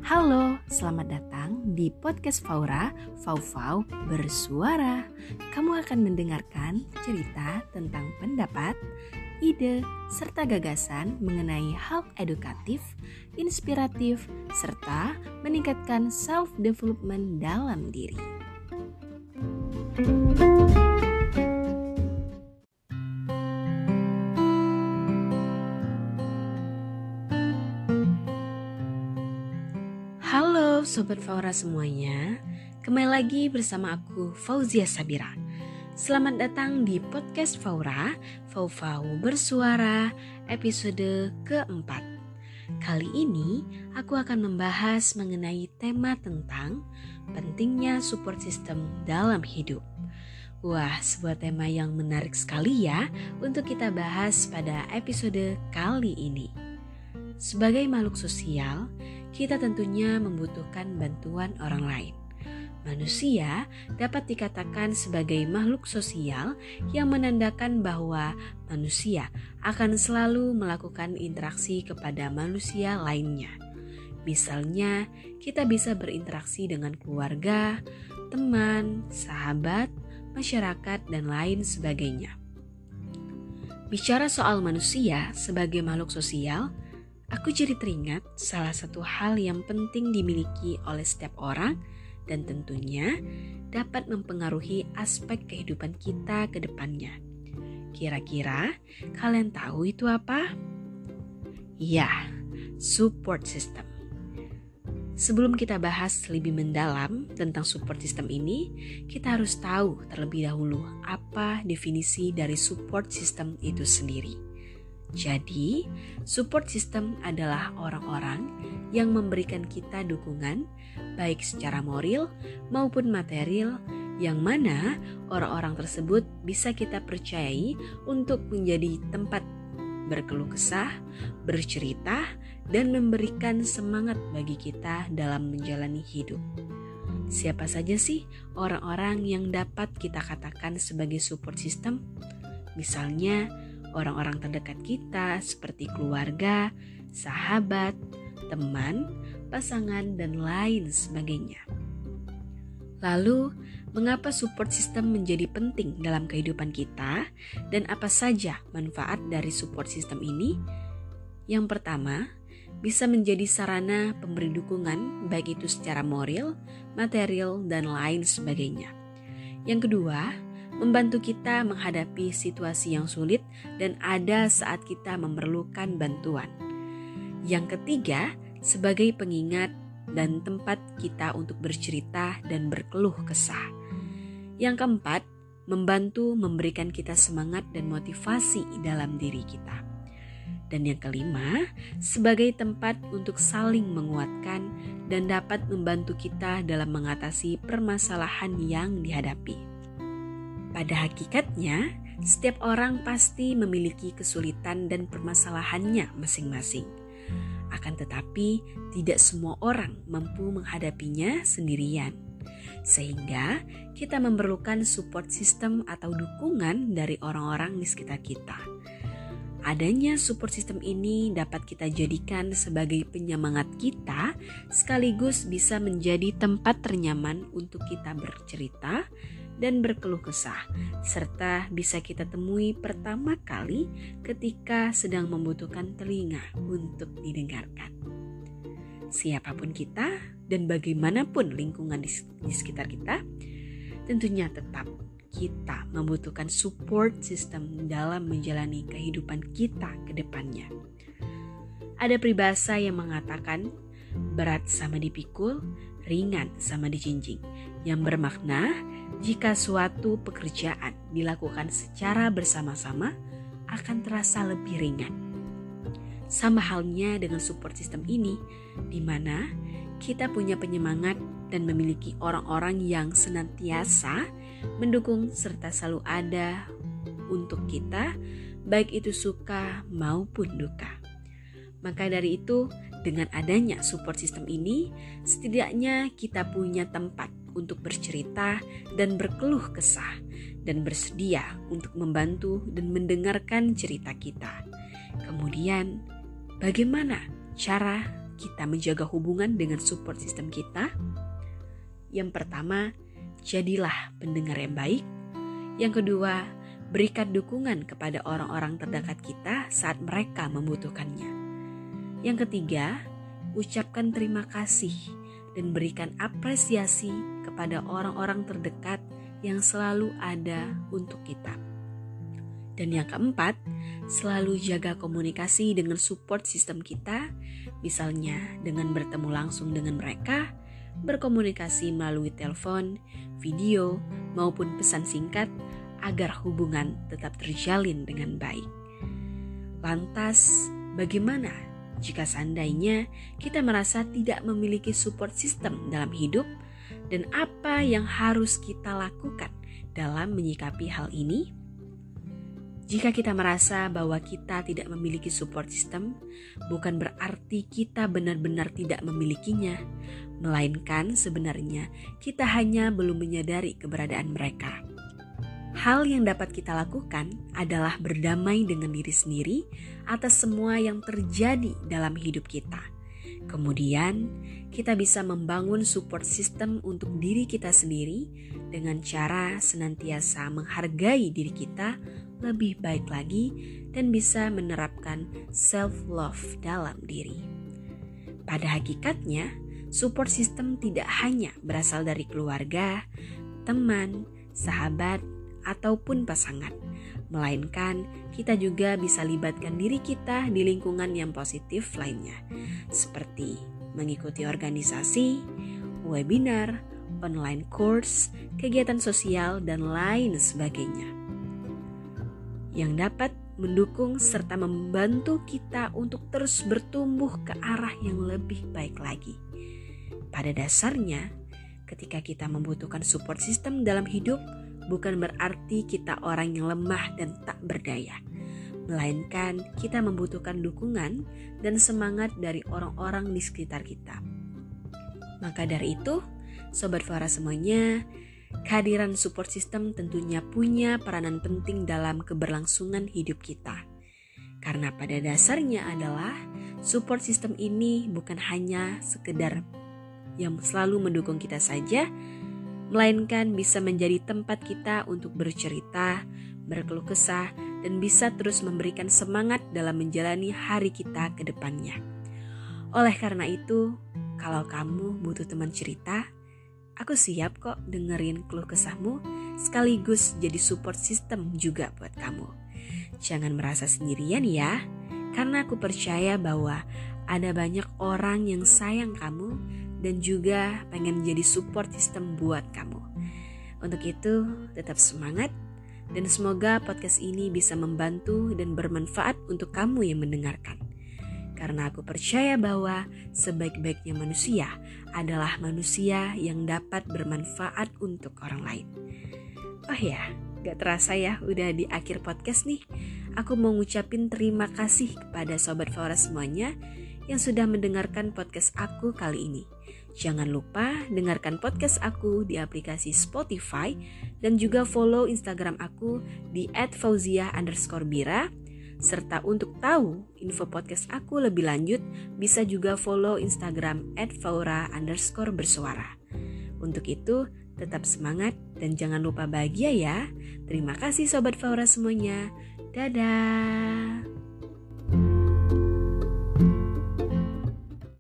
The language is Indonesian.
Halo, selamat datang di podcast Faura, Fau bersuara. Kamu akan mendengarkan cerita tentang pendapat, ide, serta gagasan mengenai hal edukatif, inspiratif, serta meningkatkan self-development dalam diri. Halo Sobat Faura semuanya, kembali lagi bersama aku Fauzia Sabira. Selamat datang di podcast Faura, Fau bersuara, episode keempat. Kali ini aku akan membahas mengenai tema tentang pentingnya support system dalam hidup. Wah, sebuah tema yang menarik sekali ya untuk kita bahas pada episode kali ini. Sebagai makhluk sosial, kita tentunya membutuhkan bantuan orang lain. Manusia dapat dikatakan sebagai makhluk sosial yang menandakan bahwa manusia akan selalu melakukan interaksi kepada manusia lainnya. Misalnya, kita bisa berinteraksi dengan keluarga, teman, sahabat, masyarakat, dan lain sebagainya. Bicara soal manusia sebagai makhluk sosial, aku jadi teringat salah satu hal yang penting dimiliki oleh setiap orang dan tentunya dapat mempengaruhi aspek kehidupan kita ke depannya. Kira-kira kalian tahu itu apa? Ya, support system. Sebelum kita bahas lebih mendalam tentang support system ini, kita harus tahu terlebih dahulu apa definisi dari support system itu sendiri. Jadi, support system adalah orang-orang yang memberikan kita dukungan baik secara moral maupun material, yang mana orang-orang tersebut bisa kita percayai untuk menjadi tempat berkeluh kesah, bercerita, dan memberikan semangat bagi kita dalam menjalani hidup. Siapa saja sih orang-orang yang dapat kita katakan sebagai support system? Misalnya, orang-orang terdekat kita seperti keluarga, sahabat, teman, pasangan, dan lain sebagainya. Lalu, mengapa support system menjadi penting dalam kehidupan kita dan apa saja manfaat dari support system ini? Yang pertama, bisa menjadi sarana pemberi dukungan baik itu secara moral, material, dan lain sebagainya. Yang kedua, membantu kita menghadapi situasi yang sulit dan ada saat kita memerlukan bantuan. Yang ketiga, sebagai pengingat dan tempat kita untuk bercerita dan berkeluh kesah. Yang keempat, membantu memberikan kita semangat dan motivasi dalam diri kita. Dan yang kelima, sebagai tempat untuk saling menguatkan dan dapat membantu kita dalam mengatasi permasalahan yang dihadapi. Pada hakikatnya, setiap orang pasti memiliki kesulitan dan permasalahannya masing-masing. Akan tetapi, tidak semua orang mampu menghadapinya sendirian. Sehingga, kita memerlukan support system atau dukungan dari orang-orang di sekitar kita. Adanya support system ini dapat kita jadikan sebagai penyemangat kita, sekaligus bisa menjadi tempat ternyaman untuk kita bercerita dan berkeluh kesah, serta bisa kita temui pertama kali ketika sedang membutuhkan telinga untuk didengarkan. Siapapun kita dan bagaimanapun lingkungan di sekitar kita, tentunya tetap kita membutuhkan support system dalam menjalani kehidupan kita ke depannya. Ada peribahasa yang mengatakan, berat sama dipikul, ringan sama dijinjing, yang bermakna jika suatu pekerjaan dilakukan secara bersama-sama akan terasa lebih ringan. Sama halnya dengan support system ini, di mana kita punya penyemangat dan memiliki orang-orang yang senantiasa mendukung serta selalu ada untuk kita, baik itu suka maupun duka. Maka dari itu, dengan adanya support system ini, setidaknya kita punya tempat untuk bercerita dan berkeluh kesah dan bersedia untuk membantu dan mendengarkan cerita kita. Kemudian, bagaimana cara kita menjaga hubungan dengan support system kita? Yang pertama, jadilah pendengar yang baik. Yang kedua, berikan dukungan kepada orang-orang terdekat kita saat mereka membutuhkannya. Yang ketiga, ucapkan terima kasih dan berikan apresiasi kepada orang-orang terdekat yang selalu ada untuk kita. Dan yang keempat, selalu jaga komunikasi dengan support system kita, misalnya dengan bertemu langsung dengan mereka, berkomunikasi melalui telepon, video, maupun pesan singkat agar hubungan tetap terjalin dengan baik. Lantas, bagaimana jika seandainya kita merasa tidak memiliki support system dalam hidup, dan apa yang harus kita lakukan dalam menyikapi hal ini? Jika kita merasa bahwa kita tidak memiliki support system, bukan berarti kita benar-benar tidak memilikinya, melainkan sebenarnya kita hanya belum menyadari keberadaan mereka. Hal yang dapat kita lakukan adalah berdamai dengan diri sendiri atas semua yang terjadi dalam hidup kita. Kemudian, kita bisa membangun support system untuk diri kita sendiri dengan cara senantiasa menghargai diri kita lebih baik lagi dan bisa menerapkan self-love dalam diri. Pada hakikatnya, support system tidak hanya berasal dari keluarga, teman, sahabat, ataupun pasangan, melainkan kita juga bisa libatkan diri kita di lingkungan yang positif lainnya, seperti mengikuti organisasi, webinar, online course, kegiatan sosial, dan lain sebagainya, yang dapat mendukung serta membantu kita untuk terus bertumbuh ke arah yang lebih baik lagi. Pada dasarnya, ketika kita membutuhkan support system dalam hidup, bukan berarti kita orang yang lemah dan tak berdaya, melainkan kita membutuhkan dukungan dan semangat dari orang-orang di sekitar kita. Maka dari itu, Sobat Faura semuanya, kehadiran support system tentunya punya peranan penting dalam keberlangsungan hidup kita. Karena pada dasarnya adalah support system ini bukan hanya sekedar yang selalu mendukung kita saja, melainkan bisa menjadi tempat kita untuk bercerita, berkeluh kesah, dan bisa terus memberikan semangat dalam menjalani hari kita ke depannya. Oleh karena itu, kalau kamu butuh teman cerita, aku siap kok dengerin keluh kesahmu, sekaligus jadi support system juga buat kamu. Jangan merasa sendirian ya, karena aku percaya bahwa ada banyak orang yang sayang kamu dan juga pengen jadi support system buat kamu. Untuk itu, tetap semangat dan semoga podcast ini bisa membantu dan bermanfaat untuk kamu yang mendengarkan. Karena aku percaya bahwa sebaik-baiknya manusia adalah manusia yang dapat bermanfaat untuk orang lain. Oh ya, gak terasa ya udah di akhir podcast nih. Aku mau ngucapin terima kasih kepada Sobat Faura semuanya yang sudah mendengarkan podcast aku kali ini. Jangan lupa dengarkan podcast aku di aplikasi Spotify dan juga follow Instagram aku di @fauzia_bira. Serta untuk tahu info podcast aku lebih lanjut, bisa juga follow Instagram @faura_bersuara. Untuk itu, tetap semangat dan jangan lupa bahagia ya. Terima kasih Sobat Faura semuanya. Dadah.